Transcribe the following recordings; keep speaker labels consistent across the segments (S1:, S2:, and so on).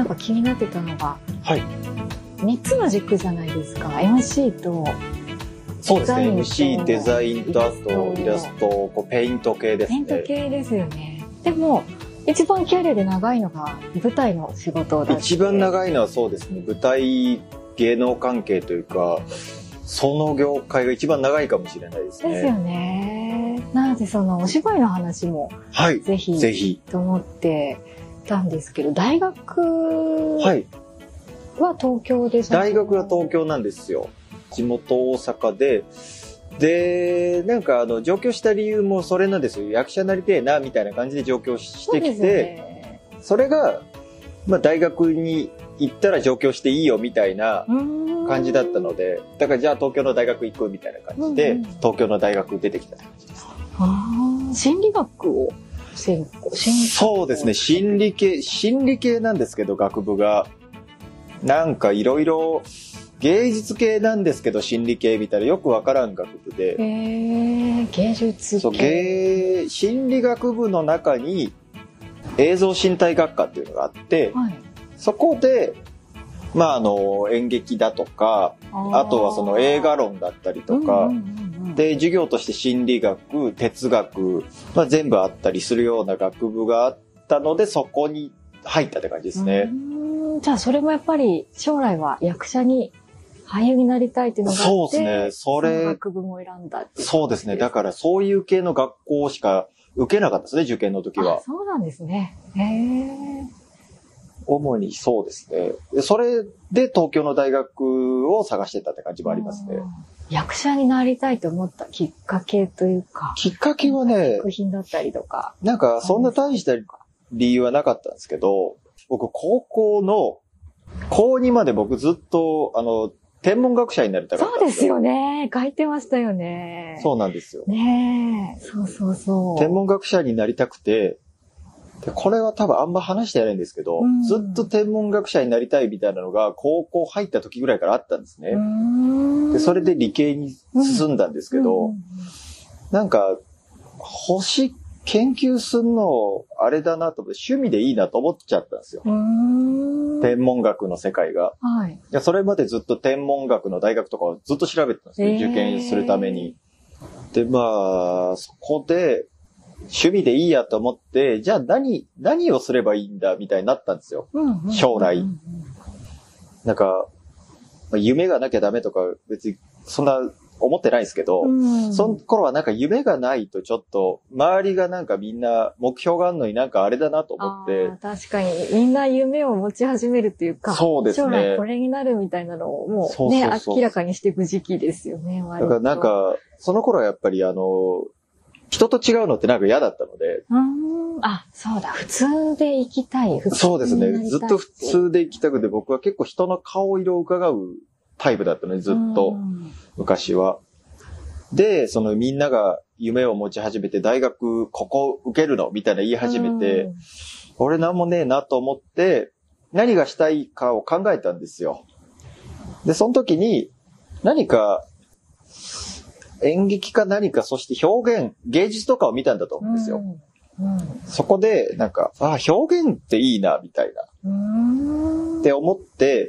S1: か気になってたのが、
S2: はい。
S1: 3つの軸じゃないですか。MC と、
S2: そうですね。
S1: デザインと
S2: MC、デザインと、あとイラスト、こうペイント系ですね。
S1: ペイント系ですよね。でも、一番キャリアで長いのが舞台の仕事だって。
S2: 一番長いのはそうですね。舞台芸能関係というか、その業界が一番長いかもしれないですね。
S1: ですよね。なのでそのお芝居の話も、
S2: はい。
S1: ぜひ、
S2: ぜひ。
S1: と思ってたんですけど、大学
S2: はい。
S1: は東京で
S2: 大学は東京なんですよ。地元大阪で。で、なんか上京した理由もそれなんですよ。役者になりてえな、みたいな感じで上京してきて、それが、まあ大学に行ったら上京していいよ、みたいな感じだったので、だからじゃあ東京の大学行くみたいな感じで、東京の大学出てきた感じです。
S1: 心理学を専攻。
S2: そうですね。心理系なんですけど、学部が。なんかいろいろ、芸術系なんですけど心理系みたいなよくわからん学部で。
S1: 芸術系。
S2: そう、心理学部の中に映像身体学科っていうのがあって、はい、そこで、まあ演劇だとか、あとはその映画論だったりとか、で、授業として心理学、哲学、まあ全部あったりするような学部があったので、そこに入ったって感じですね。
S1: じゃあそれもやっぱり将来は役者に俳優になりたいっていうのがあって、
S2: そうですね。その
S1: 学部も選んだっていう。
S2: そうですね。だからそういう系の学校しか受けなかったですね、受験の時は。
S1: そうなんですね。
S2: 主にそうですね。それで東京の大学を探してたって感じもありますね。
S1: 役者になりたいと思ったきっかけというか。
S2: きっかけはね、
S1: 作品だったりとか。
S2: なんかそんな大した理由はなかったんですけど、僕高2まで僕ずっと天文学者になりたかったんですよ。
S1: そうですよね。書いてましたよね。
S2: そうなんですよ。
S1: ねえ。そう。
S2: 天文学者になりたくて、でこれは多分あんま話してないんですけど、ずっと天文学者になりたいみたいなのが高校入った時ぐらいからあったんですね。で、それで理系に進んだんですけど、なんか、星研究すんのあれだなと思って趣味でいいなと思っちゃったんですよ。天文学の世界が。はい。いや、それまでずっと天文学の大学とかをずっと調べてたんですよ。受験するために。で、まあ、そこで趣味でいいやと思って、じゃあ何をすればいいんだみたいになったんですよ。将来。なんか、夢がなきゃダメとか別にそんな思ってないですけど、その頃はなんか夢がないとちょっと周りがなんかみんな目標があるのになんかあれだなと思って。
S1: 確かにみんな夢を持ち始めるっていうか、
S2: そうですね。
S1: 将来これになるみたいなのをもうね、明らかにしていく時期ですよね。
S2: だからなんかその頃はやっぱり人と違うのってなんか嫌だったので。
S1: そうだ。普通で生きたい。
S2: そうですね。ずっと普通で生きたくて僕は結構人の顔色を伺うタイプだったので、ずっと。昔は。で、みんなが夢を持ち始めて、大学ここ受けるのみたいな言い始めて、俺なんもねえなと思って、何がしたいかを考えたんですよ。で、その時に、何か、演劇か何か、そして表現、芸術とかを見たんだと思うんですよ。そこで、なんか、表現っていいな、みたいな。って思って、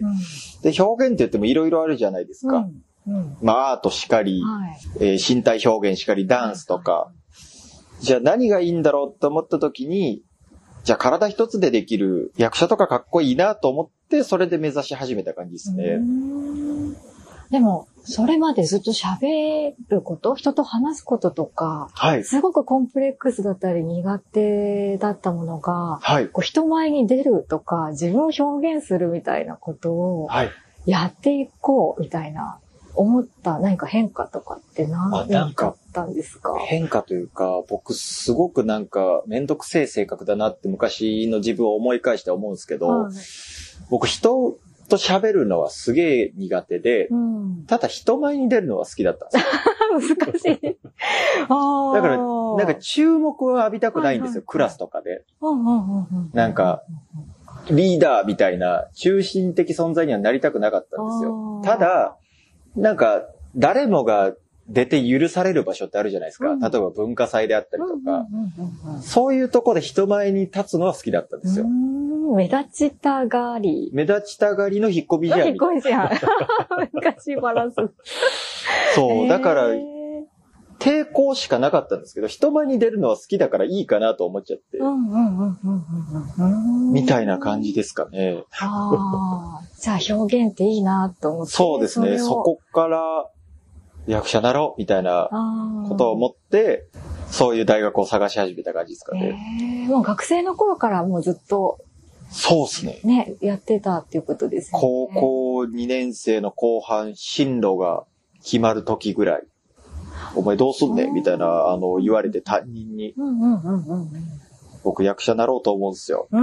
S2: で、表現って言ってもいろいろあるじゃないですか。まあ、アートしかり、身体表現しかり、ダンスとか。じゃあ何がいいんだろうと思った時に、じゃあ体一つでできる役者とかかっこいいなと思って、それで目指し始めた感じですね。
S1: でも、それまでずっと喋ること、人と話すこととか、すごくコンプレックスだったり苦手だったものが、こう人前に出るとか、自分を表現するみたいなことをやっていこうみたいな、思った何か変化とかって何かあったんですか？
S2: 変化というか、僕すごくなんかめんどくせえ性格だなって昔の自分を思い返して思うんですけど、僕人と喋るのはすげえ苦手で、ただ人前に出るのは好きだったんですよ。
S1: 難しい。だ
S2: から、なんか注目を浴びたくないんですよ、クラスとかで。なんか、リーダーみたいな中心的存在にはなりたくなかったんですよ。ただ、なんか、誰もが出て許される場所ってあるじゃないですか。例えば文化祭であったりとか。そういうとこで人前に立つのは好きだったんですよ。
S1: 目立ちたがり。
S2: 目立ちたがりの引っ込み思案。
S1: 引っ込み思案。昔バランス。
S2: そう、だから、抵抗しかなかったんですけど、人前に出るのは好きだからいいかなと思っちゃって。みたいな感じですかね。
S1: じゃあ表現っていいなと思って。
S2: そうですね。そこから役者なろうみたいなことを思って、そういう大学を探し始めた感じですかね。
S1: もう学生の頃からもうずっと。
S2: そうですね。
S1: ね、やってたっていうことですね。
S2: 高校2年生の後半、進路が決まる時ぐらい。お前どうすんねんみたいな、言われて担任に。僕役者なろうと思うんですよ。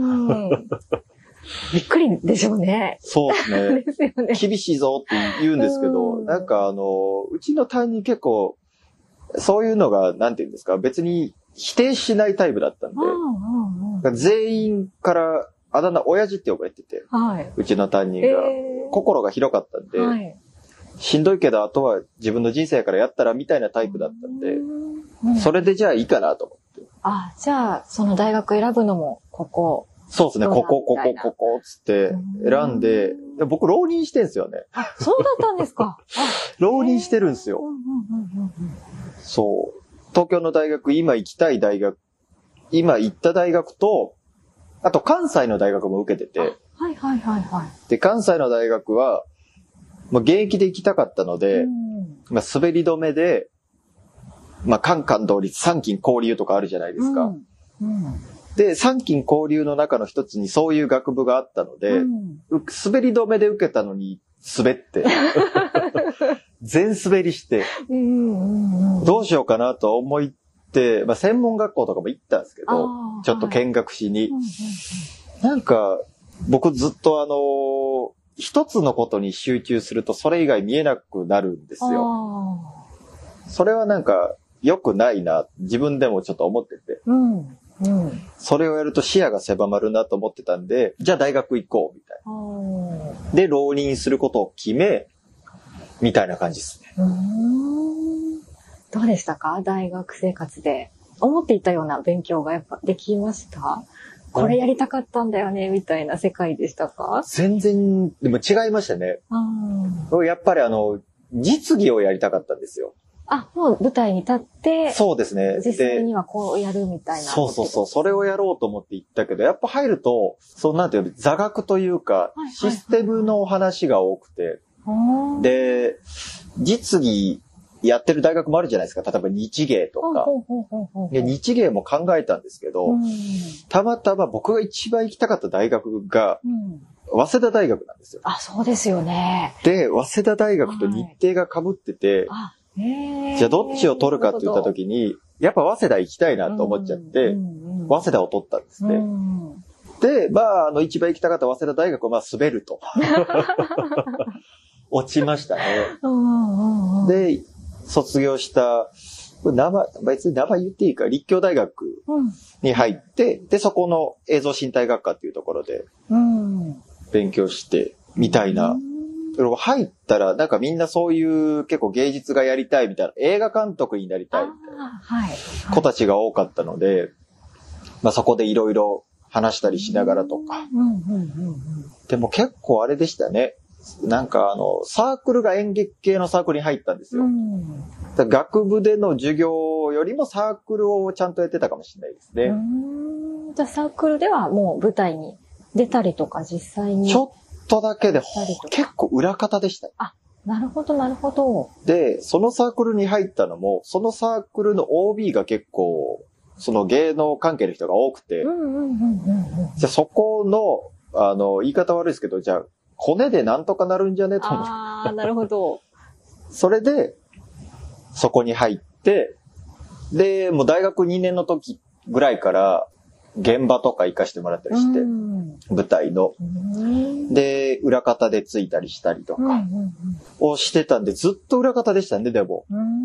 S1: びっくりでしょうね。
S2: そうですね。
S1: ですよね。
S2: 厳しいぞって言うんですけど、なんかうちの担任結構、そういうのが、なんて言うんですか、別に否定しないタイプだったんで、全員からあだ名親父って呼ばれてて、うちの担任が、心が広かったんで、しんどいけど、あとは自分の人生からやったらみたいなタイプだったんで、それでじゃあいいかなと思って。
S1: じゃあ、その大学選ぶのも、ここ。
S2: そうですね、ここ、つって選んで、僕浪人してんすよね。
S1: そうだったんですか。
S2: 浪人してるんですよ。そう。東京の大学、今行きたい大学、今行った大学と、あと関西の大学も受けてて。で、関西の大学は、現役で行きたかったので、滑り止めで、カンカン同率三金交流とかあるじゃないですか。で、三金交流の中の一つにそういう学部があったので、滑り止めで受けたのに滑って、全滑りして、どうしようかなと思って、専門学校とかも行ったんですけど、ちょっと見学しに。なんか、僕ずっと一つのことに集中するとそれ以外見えなくなるんですよ。それはなんか良くないな、自分でもちょっと思ってて。それをやると視野が狭まるなと思ってたんで、じゃあ大学行こうみたいな。で、浪人することを決め、みたいな感じですね。
S1: どうでしたか？大学生活で。思っていたような勉強がやっぱできました？これやりたかったんだよね、みたいな世界でしたか？
S2: 全然、でも違いましたね。やっぱり実技をやりたかったんですよ。
S1: もう舞台に立って。
S2: そうですね。
S1: 実際にはこうやるみたいな。
S2: そう。それをやろうと思って行ったけど、やっぱ入ると、なんていうの、座学というか、システムのお話が多くて。で、実技やってる大学もあるじゃないですか。例えば日芸とか。で、日芸も考えたんですけど、たまたま僕が一番行きたかった大学が、早稲田大学なんですよ。
S1: そうですよね。
S2: で、早稲田大学と日程が被ってて、じゃあどっちを取るかって言った時に、やっぱ早稲田行きたいなと思っちゃって、早稲田を取ったんですね。で、一番行きたかった早稲田大学は滑ると。落ちましたね。で、卒業した、別に名前言っていいか、立教大学に入って、で、そこの映像身体学科っていうところで、勉強して、みたいな。入ったら、なんかみんなそういう結構芸術がやりたいみたいな、映画監督になりたいみたいな子たちが多かったので、そこでいろいろ話したりしながらとか。でも結構あれでしたね。なんかサークルが演劇系のサークルに入ったんですよ。学部での授業よりもサークルをちゃんとやってたかもしれないですね。
S1: じゃあサークルではもう舞台に出たりとか実際に。
S2: ちょっとだけで結構裏方でした。
S1: なるほど、なるほど。
S2: で、そのサークルに入ったのも、そのサークルの OB が結構、その芸能関係の人が多くて、じゃあそこの、言い方悪いですけど、じゃあ、コネでなんとかなるんじゃねと思って。
S1: なるほど。
S2: それで、そこに入って、で、もう大学2年の時ぐらいから、現場とか行かしてもらったりして、舞台の。で、裏方でついたりしたりとか、をしてたんで、ずっと裏方でしたね、でも。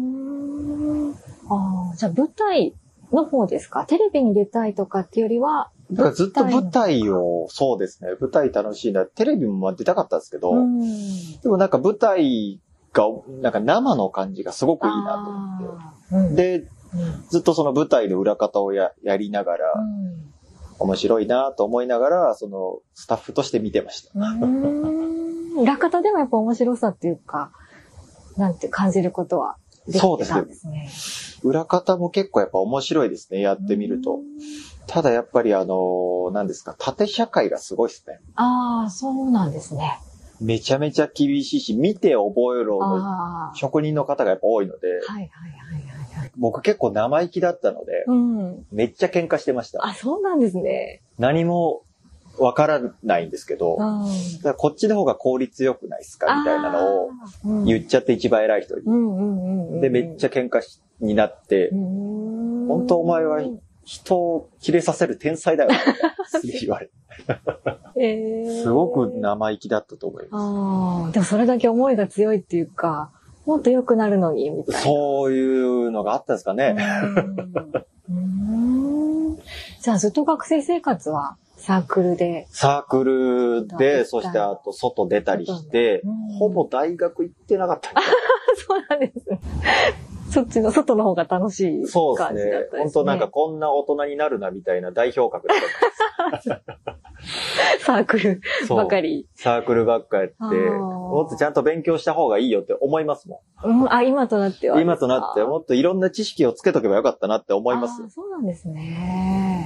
S1: じゃあ舞台の方ですか？テレビに出たいとかっていうよりは、
S2: だからずっと舞台を、そうですね、舞台楽しいな、テレビも出たかったんですけど、でもなんか舞台が、なんか生の感じがすごくいいなと思って。で、ずっとその舞台の裏方をやりながら、面白いなと思いながら、そのスタッフとして見てました。
S1: 裏方でもやっぱ面白さっていうか、なんて感じることはできてたんですね。
S2: 裏方も結構やっぱ面白いですね、やってみると。ただやっぱり何ですか、縦社会がすごいですね。
S1: ああ、そうなんですね。
S2: めちゃめちゃ厳しいし、見て覚えろの職人の方がやっぱ多いので、僕結構生意気だったので、めっちゃ喧嘩してました。
S1: あ、そうなんですね。
S2: 何もわからないんですけど、だからこっちの方が効率良くないですかみたいなのを言っちゃって一番偉い人に。で、めっちゃ喧嘩になって、本当お前は人をキレさせる天才だよって言われて。すごく生意気だったと思います。
S1: でもそれだけ思いが強いっていうか、もっと良くなるのに、みたいな。
S2: そういうのがあったんですかね。
S1: じゃあずっと学生生活はサークルで。
S2: サークルで、そしてあと外出たりして、ほぼ大学行ってなかった。
S1: そうなんです。そっちの外の方が楽しい感じだったですね。
S2: そうですね。本当なんかこんな大人になるなみたいな代表格だった。
S1: サークルばかり。
S2: サークルばっかやって、もっとちゃんと勉強した方がいいよって思いますもん。
S1: 今となっては。
S2: 今となってはもっといろんな知識をつけとけばよかったなって思います。
S1: そうなんですね。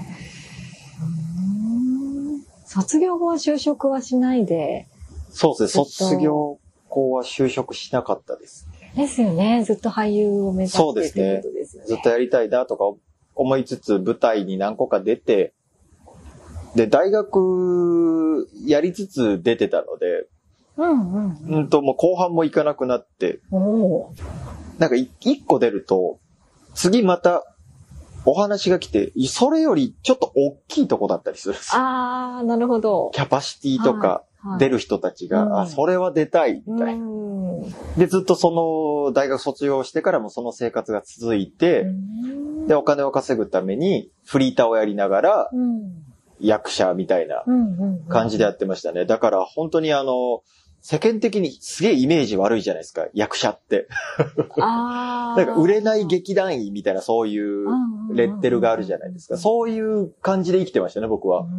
S1: 卒業後は就職はしないで。
S2: そうですね。卒業後は就職しなかったです。
S1: ですよね。ずっと俳優を目指して
S2: そうですね。ずっとやりたいなとか思いつつ舞台に何個か出て、で、大学やりつつ出てたので、もう後半も行かなくなって、なんか一個出ると、次またお話が来て、それよりちょっと大きいとこだったりするんですよ。
S1: ああ、なるほど。
S2: キャパシティとか出る人たちが、それは出たい、みたいな。で、ずっとその大学卒業してからもその生活が続いて、で、お金を稼ぐためにフリーターをやりながら、役者みたいな感じでやってましたね。だから本当に世間的にすげえイメージ悪いじゃないですか、役者って。なんか売れない劇団員みたいなそういうレッテルがあるじゃないですか。そういう感じで生きてましたね、僕は。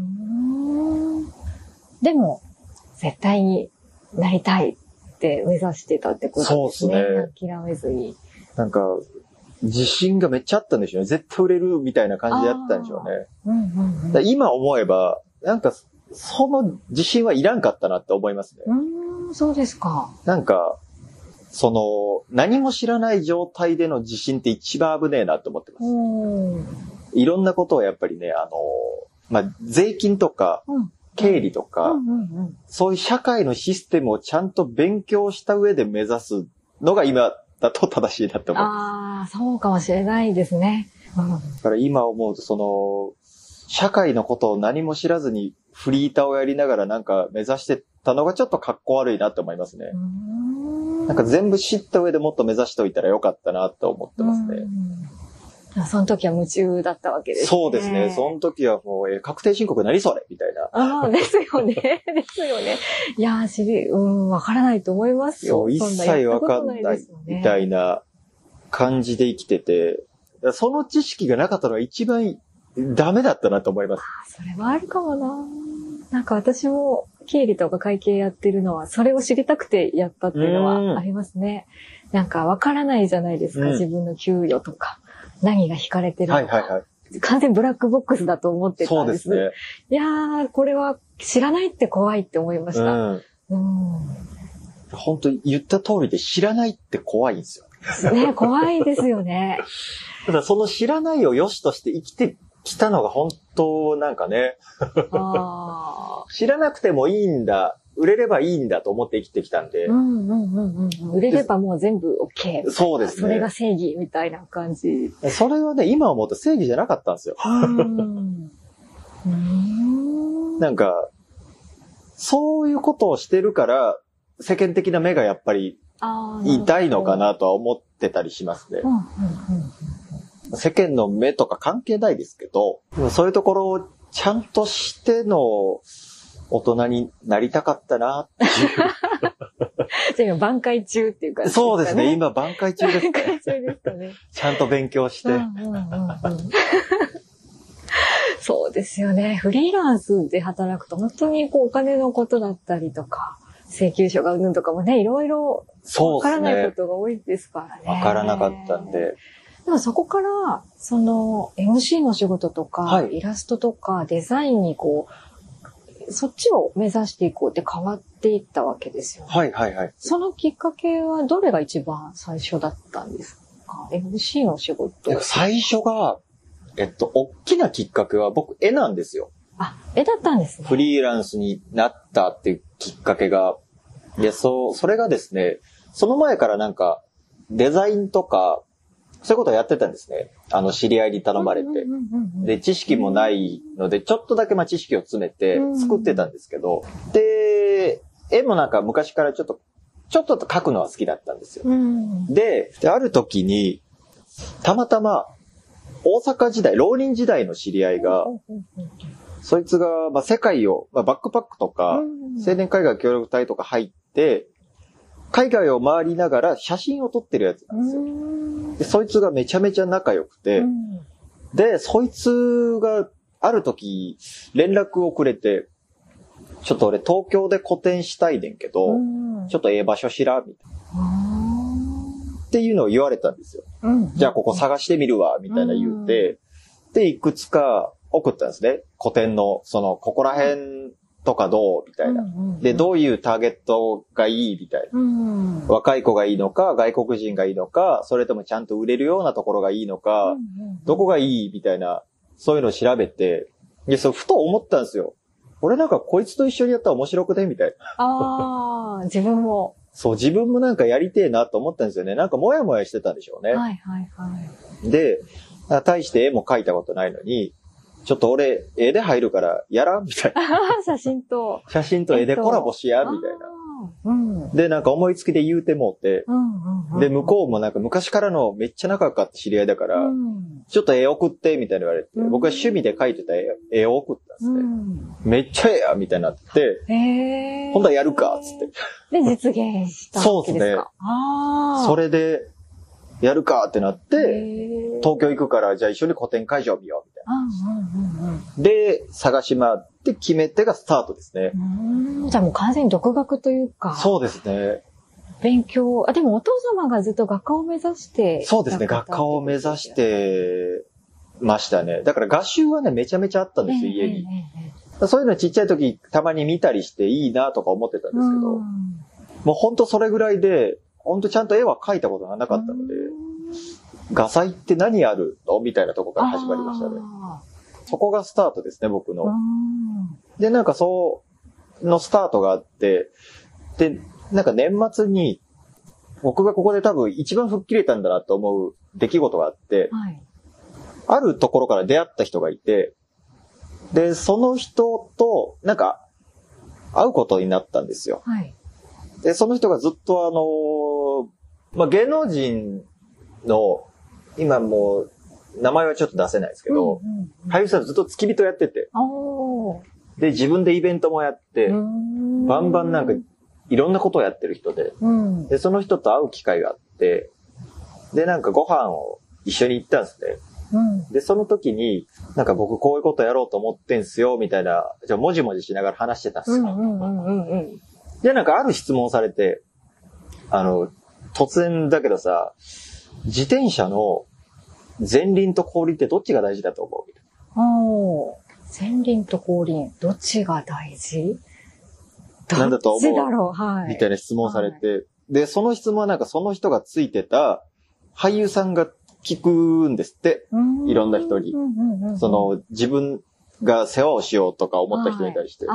S1: でも、絶対になりたいって目指してたってことですね。そうですね。諦めずに。
S2: なんか、自信がめっちゃあったんでしょうね。絶対売れるみたいな感じでやってたんでしょうね。今思えば、なんか、その自信はいらんかったなって思いますね。
S1: そうですか。
S2: なんか、何も知らない状態での自信って一番危ねえなって思ってます。いろんなことをやっぱりね、税金とか、経理とか、そういう社会のシステムをちゃんと勉強した上で目指すのが今だと正しいなって思います。
S1: そうかもしれないですね。
S2: だから今思うと、社会のことを何も知らずにフリーターをやりながらなんか目指してたのがちょっとかっこ悪いなって思いますね。なんか全部知った上でもっと目指しておいたらよかったなって思ってますね。
S1: その時は夢中だったわけですね。
S2: そうですね。その時はもう、確定申告何それみたいな。
S1: ですよね。ですよね。いやわからないと思いますよ。
S2: そう、一切わかんないみたいな感じで生きてて、その知識がなかったのが一番ダメだったなと思います。
S1: それはあるかもな。なんか私も経理とか会計やってるのは、それを知りたくてやったっていうのはありますね。なんかわからないじゃないですか、自分の給与とか。何が引かれてるのか。完全ブラックボックスだと思ってたんです。そうですね。いやー、これは知らないって怖いって思いました。
S2: 本当に言った通りで知らないって怖いんですよ。
S1: ね、怖いですよね。
S2: ただその知らないを良しとして生きてきたのが本当なんかね。知らなくてもいいんだ。売れればいいんだと思って生きてきたんで。
S1: 売れればもう全部 OK。
S2: そうですね。
S1: それが正義みたいな感じ。
S2: それはね、今思うと正義じゃなかったんですよ。なんか、そういうことをしてるから、世間的な目がやっぱり痛いのかなとは思ってたりしますね。世間の目とか関係ないですけど、そういうところをちゃんとしての大人になりたかったなっていう。
S1: じゃあ今挽回中っていう感じですかね。
S2: そうですね。今挽回中ですね。
S1: 挽回中ですかね。
S2: ちゃんと勉強して。
S1: そうですよね。フリーランスで働くと本当にこうお金のことだったりとか、請求書がうんぬんとかもね、いろいろわからないことが多いですからね。
S2: わからなかったんで。
S1: でもそこから、その MC の仕事とか、はい、イラストとかデザインにこう、そっちを目指していこうって変わっていったわけですよね。
S2: はいはいはい。
S1: そのきっかけはどれが一番最初だったんですか？ MC の仕事。
S2: 最初が、大きなきっかけは僕絵なんですよ。
S1: あ、絵だったんですね。
S2: フリーランスになったっていうきっかけが。で、それがですね、その前からなんか、デザインとか、そういうことをやってたんですね。知り合いに頼まれて。で、知識もないので、ちょっとだけ知識を詰めて作ってたんですけど、で、絵もなんか昔からちょっと描くのは好きだったんですよ。で、ある時に、たまたま、大阪時代、浪人時代の知り合いが、そいつが、世界を、バックパックとか、青年海外協力隊とか入って、海外を回りながら写真を撮ってるやつなんですよ。で、そいつがめちゃめちゃ仲良くて、で、そいつがある時連絡をくれて、ちょっと俺東京で個展したいねんけど、ちょっと場所知らみたいな。っていうのを言われたんですよ。じゃあここ探してみるわ、みたいな言うて、で、いくつか送ったんですね。個展の、ここら辺とかどうみたいな。で、どういうターゲットがいいみたいな。若い子がいいのか、外国人がいいのか、それともちゃんと売れるようなところがいいのか、どこがいいみたいな、そういうのを調べて、で、ふと思ったんですよ。俺なんかこいつと一緒にやったら面白くねみたいな。
S1: ああ、自分も。
S2: そう、自分もなんかやりてえなと思ったんですよね。なんかモヤモヤしてたんでしょうね。
S1: はいはいはい。
S2: で、大して絵も描いたことないのに、ちょっと俺、絵で入るからやらんみたいな。
S1: 写真と
S2: 絵でコラボしやみたいな。で、なんか思いつきで言うてもうて、で、向こうもなんか昔からのめっちゃ仲良かった知り合いだから、ちょっと絵送ってみたいに言われて、僕は趣味で描いてた絵を送ったんですね。めっちゃええやみたいになって、今度はやるかつって。
S1: で、実現したわけですか？そうですね。
S2: それで、やるかってなって、東京行くからじゃあ一緒に個展会場見ようみたいな。で、探し回って決め手がスタートですね。
S1: じゃあもう完全に独学というか。
S2: そうですね。
S1: 勉強、でもお父様がずっと画家を目指して。
S2: そうですね、画家を目指してましたね。だから画集はね、めちゃめちゃあったんですよ、家に。そういうのちっちゃい時たまに見たりしていいなとか思ってたんですけど、もうほんとそれぐらいで、ほんとちゃんと絵は描いたことがなかったので、画材って何あるのみたいなとこから始まりましたね。そこがスタートですね、僕の。で、なんかのスタートがあって、で、なんか年末に、僕がここで多分一番吹っ切れたんだなと思う出来事があって、あるところから出会った人がいて、で、その人と、なんか、会うことになったんですよ。で、その人がずっと芸能人の、今もう、名前はちょっと出せないですけど、俳優さんずっと付き人やってて、で、自分でイベントもやって、バンバンなんか、いろんなことをやってる人で、で、その人と会う機会があって、で、なんかご飯を一緒に行ったんですね。で、その時に、なんか僕こういうことやろうと思ってんすよ、みたいな、じゃあもじもじしながら話してたんですよ。で、なんかある質問されて、突然だけどさ、自転車の前輪と後輪ってどっちが大事だと思うみたい
S1: な。前輪と後輪、どっちが大事？
S2: なんだと思う？
S1: どっちだろう？
S2: みたいな質問されて、で、その質問はなんかその人がついてた俳優さんが聞くんですって。いろんな人に。自分が世話をしようとか思った人に対して。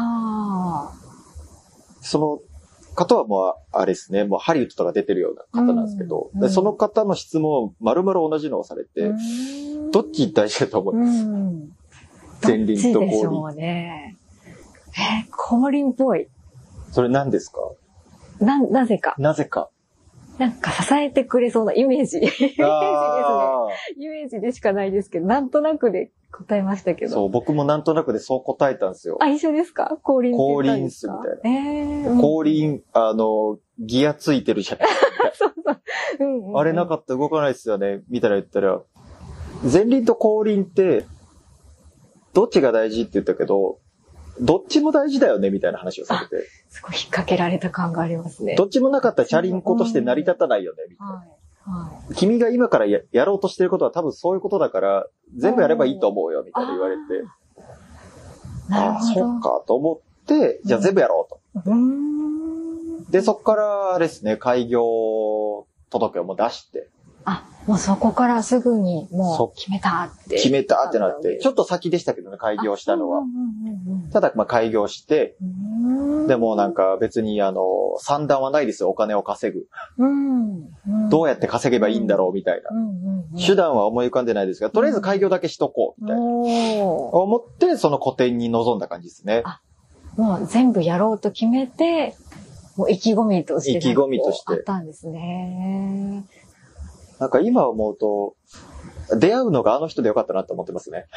S2: その方はもう、あれですね、もうハリウッドとか出てるような方なんですけど、でその方の質問を丸々同じのをされて、どっち大事だと思います？前輪と後輪。
S1: どっちでしょうね。後輪っぽい。
S2: それ何ですか？
S1: なぜか。
S2: なぜか。
S1: なんか支えてくれそうなイメージ。イメージですね。イメージでしかないですけど、なんとなくで答えましたけど。
S2: そう、僕もなんとなくでそう答えたんですよ。
S1: 一緒ですか？後輪って言ったんですか？
S2: 後輪っす、みたいな。後輪、 ギアついてるじゃないですか。
S1: そうそう。
S2: あれなかったら動かないですよね。みたいな言ったら、前輪と後輪って、どっちが大事って言ったけど、どっちも大事だよねみたいな話をされて。
S1: すごい引っ掛けられた感がありますね。
S2: どっちもなかったらチャリンコとして成り立たないよねみたいな。はい、君が今から やろうとしてることは多分そういうことだから、全部やればいいと思うよみたいな言われて。ああ、そうかと思って、じゃあ全部やろうと。で、そこからですね、開業届をもう出して。
S1: あ、もうそこからすぐにもう決めたって。
S2: 決めたってなって、ちょっと先でしたけどね、開業したのは。ただ、まあ開業して、でもなんか別に算段はないですよ、お金を稼ぐ。どうやって稼げばいいんだろうみたいな。手段は思い浮かんでないですが、とりあえず開業だけしとこうみたいな。思って、その個展に臨んだ感じですね。
S1: もう全部やろうと決めて、もう意気込みとして。
S2: 意気込みとして。
S1: あったんですね。
S2: なんか今思うと、出会うのがあの人でよかったなって思ってますね。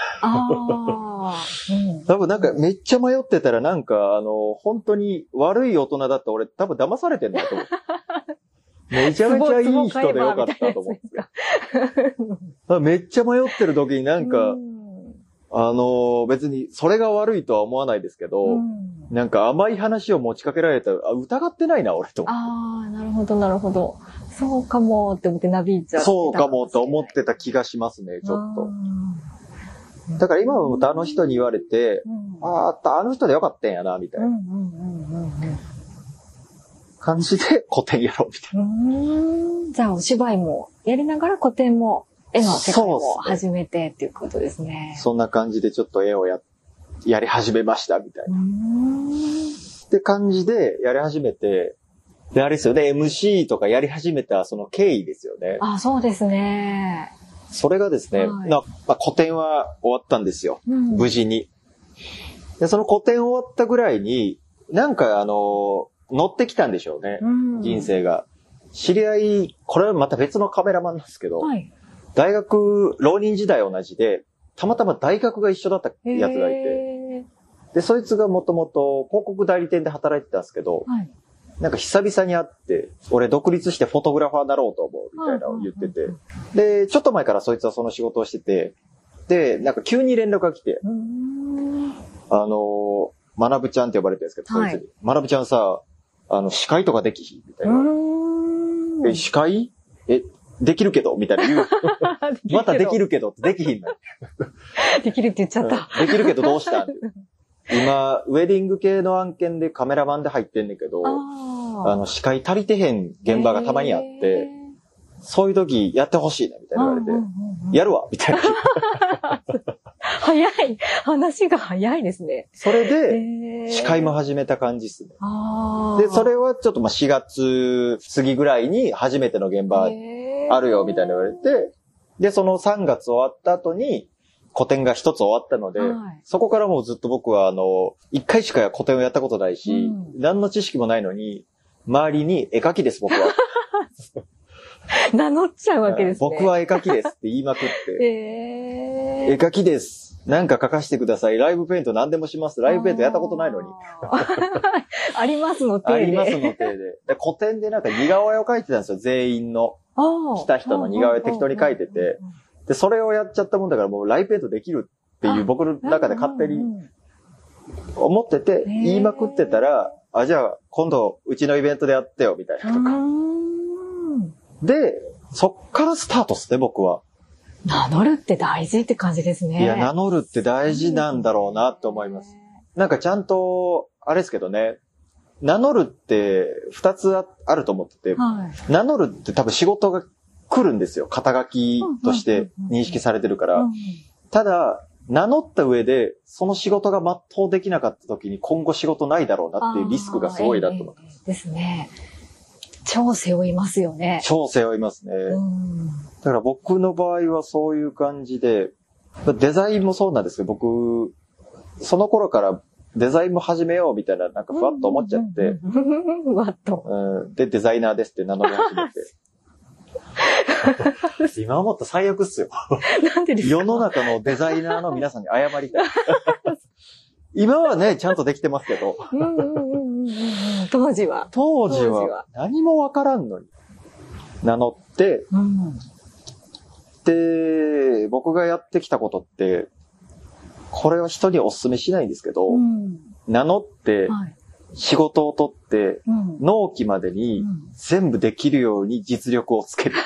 S2: 多分なんかめっちゃ迷ってたらなんか本当に悪い大人だった俺多分騙されてんだと思う。めちゃめちゃいい人でよかったと思って。めっちゃ迷ってる時になんか、別にそれが悪いとは思わないですけど、なんか甘い話を持ちかけられたら、疑ってないな俺と。
S1: なるほどなるほど。そうかもって思ってなびいちゃう。
S2: そうかもと思ってた気がしますね、ちょっと。だから今もあの人に言われて、あの人でよかったんやな、みたいな。感じで古典やろう、みたいな。
S1: じゃあお芝居もやりながら古典も、絵の世界も始めてっていうことですね。
S2: そんな感じでちょっと絵をやり始めました、みたいな。って感じでやり始めて、で、あれですよね、MC とかやり始めたその経緯ですよね。
S1: そうですね。
S2: それがですね、古典は終わったんですよ。無事に。で、その古典終わったぐらいに、なんか乗ってきたんでしょうね。人生が。知り合い、これはまた別のカメラマンなんですけど、大学、浪人時代同じで、たまたま大学が一緒だったやつがいて、で、そいつがもともと広告代理店で働いてたんですけど、なんか久々に会って、俺独立してフォトグラファーになろうと思うみたいなのを言ってて、で、ちょっと前からそいつはその仕事をしてて、で、なんか急に連絡が来て、まなぶちゃんって呼ばれてるんですけど、そいつに。まなぶちゃんさ、司会とかできひんみたいな。司会できるけどみたいな言う。またできるけどってできひんの。
S1: できるって言っちゃった。
S2: できるけどどうしたん今、ウェディング系の案件でカメラマンで入ってんねんけど、司会足りてへん現場がたまにあって、そういう時やってほしいな、みたいな言われて、やるわみたいな。
S1: 早い。話が早いですね。
S2: それで、司会も始めた感じですね。で、それはちょっと4月過ぎぐらいに初めての現場あるよ、みたいな言われて、で、その3月終わった後に、個展が一つ終わったので、そこからもうずっと僕は1回しか個展をやったことないし、何の知識もないのに、周りに絵描きです、僕は。
S1: 名乗っちゃうわけですね。
S2: 僕は絵描きですって言いまくって。絵描きです。なんか描かしてください。ライブペイント何でもします。ライブペイントやったことないのに。
S1: ありますの手で。
S2: ありますの手で。個展でなんか似顔絵を描いてたんですよ、全員の。来た人の似顔絵適当に描いてて。で、それをやっちゃったもんだからもうライブペイントできるっていう僕の中で勝手に思ってて、言いまくってたら、じゃあ今度うちのイベントでやってよ、みたいなとか。で、そっからスタートですね、僕は。
S1: 名乗るって大事って感じですね。
S2: いや、名乗るって大事なんだろうなって思います。なんかちゃんと、あれですけどね、名乗るって2つあると思ってて、名乗るって多分仕事が来るんですよ。肩書きとして認識されてるから。ただ、名乗った上で、その仕事が全うできなかった時に今後仕事ないだろうなっていうリスクがすごいなと思ってます。
S1: ですね。超背負いますよね。
S2: 超背負いますね。だから僕の場合はそういう感じで、デザインもそうなんですけど、僕、その頃からデザインも始めようみたいな、なんかふわっと思っちゃって。
S1: ふわっと。
S2: で、デザイナーですって名乗り始めて。今思った最悪っすよ。
S1: なんでですか？
S2: 世の中のデザイナーの皆さんに謝りたい。今はね、ちゃんとできてますけど。
S1: 当時は
S2: 何もわからんのに名乗って、で、僕がやってきたことって、これは人にお勧めしないんですけど、名乗って、仕事を取って、納期までに全部できるように実力をつける。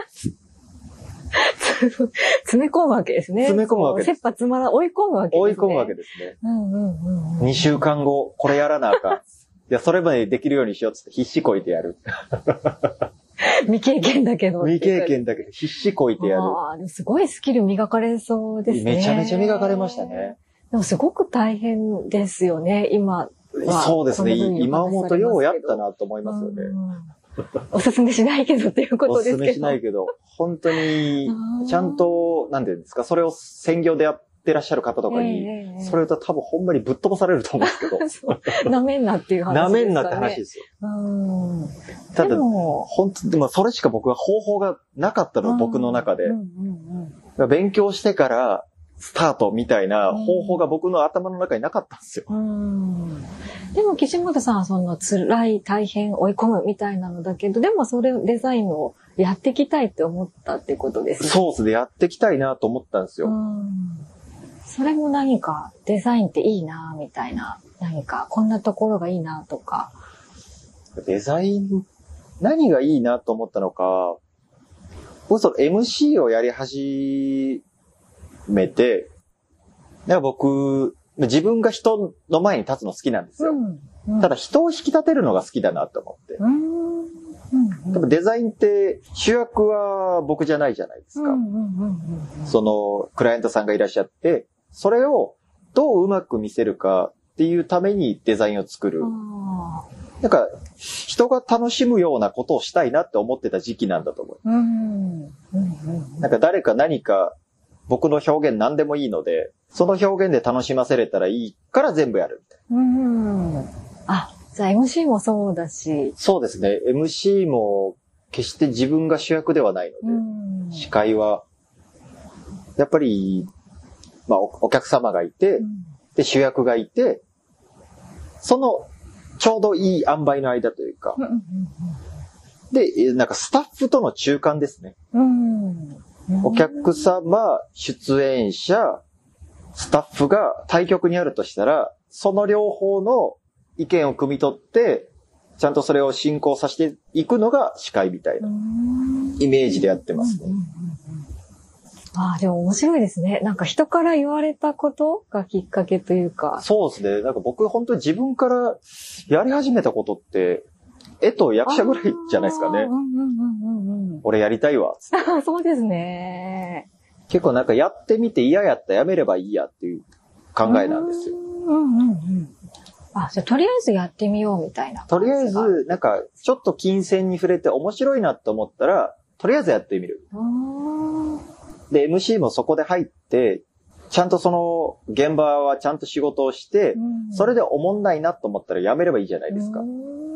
S1: 詰め込むわけですね。
S2: 詰め込むわけです。
S1: 切羽詰まら追い込むわけですね。
S2: 追い込むわけですね。2週間後、これやらなあかん。いや、それまでできるようにしようっつって必死こいてやる。
S1: 未経験だけど。
S2: 未経験だけど必死こいてやる。
S1: すごいスキル磨かれそうですね。
S2: めちゃめちゃ磨かれましたね。
S1: でもすごく大変ですよね、今は。
S2: そうですね。今思うとようやったなと思いますよね。
S1: おすすめしないけどっていうことですけど。
S2: おすすめしないけど、本当に、ちゃんと、なんていうんですか、それを専業でやってらっしゃる方とかに、それと多分ほんまにぶっ飛ばされると思うんですけど。
S1: なめんなっていう話ですかね。
S2: なめんなって話ですよ。ただ、本当でもそれしか僕は方法がなかったの、僕の中で。勉強してからスタートみたいな方法が僕の頭の中になかったんですよ。
S1: でも岸本さんはその辛い、大変、追い込むみたいなのだけど、でもそれデザインをやっていきたいって思ったってことですね。
S2: そうですね。やっていきたいなと思ったんですよ。
S1: それも何かデザインっていいなみたいな、何かこんなところがいいなとか。
S2: デザイン、何がいいなと思ったのか、僕その MC をやり始めて、なんか僕、自分が人の前に立つの好きなんですよ。ただ人を引き立てるのが好きだなと思って。多分デザインって主役は僕じゃないじゃないですか。そのクライアントさんがいらっしゃって、それをどううまく見せるかっていうためにデザインを作る。なんか人が楽しむようなことをしたいなって思ってた時期なんだと思う。なんか誰か何か僕の表現何でもいいので、その表現で楽しませれたらいいから全部やるみたいな。
S1: じゃあ MC もそうだし。
S2: そうですね。MC も決して自分が主役ではないので、司会は、やっぱり、まあお客様がいて、で主役がいて、そのちょうどいい塩梅の間というか、で、なんかスタッフとの中間ですね。お客様、出演者、スタッフが対局にあるとしたら、その両方の意見を汲み取って、ちゃんとそれを進行させていくのが司会みたいなイメージでやってますね。
S1: でも面白いですね。なんか人から言われたことがきっかけというか。
S2: そうですね。なんか僕本当に自分からやり始めたことって、絵と役者ぐらいじゃないですかね。俺やりたいわ。
S1: そうですね。
S2: 結構なんかやってみて嫌やったらやめればいいやっていう考えなんですよ。
S1: じゃあとりあえずやってみようみたいな。
S2: とりあえず、なんかちょっと金銭に触れて面白いなと思ったら、とりあえずやってみる。で、MC もそこで入って、ちゃんとその現場はちゃんと仕事をして、それでおもんないなと思ったらやめればいいじゃないですか。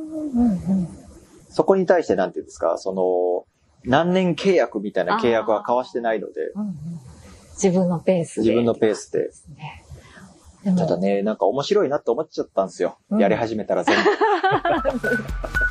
S2: そこに対してなんていうんですか、その、何年契約みたいな契約は交わしてないので。
S1: 自分のペースで。
S2: 自分のペースで。ただね、なんか面白いなって思っちゃったんですよ。やり始めたら全部。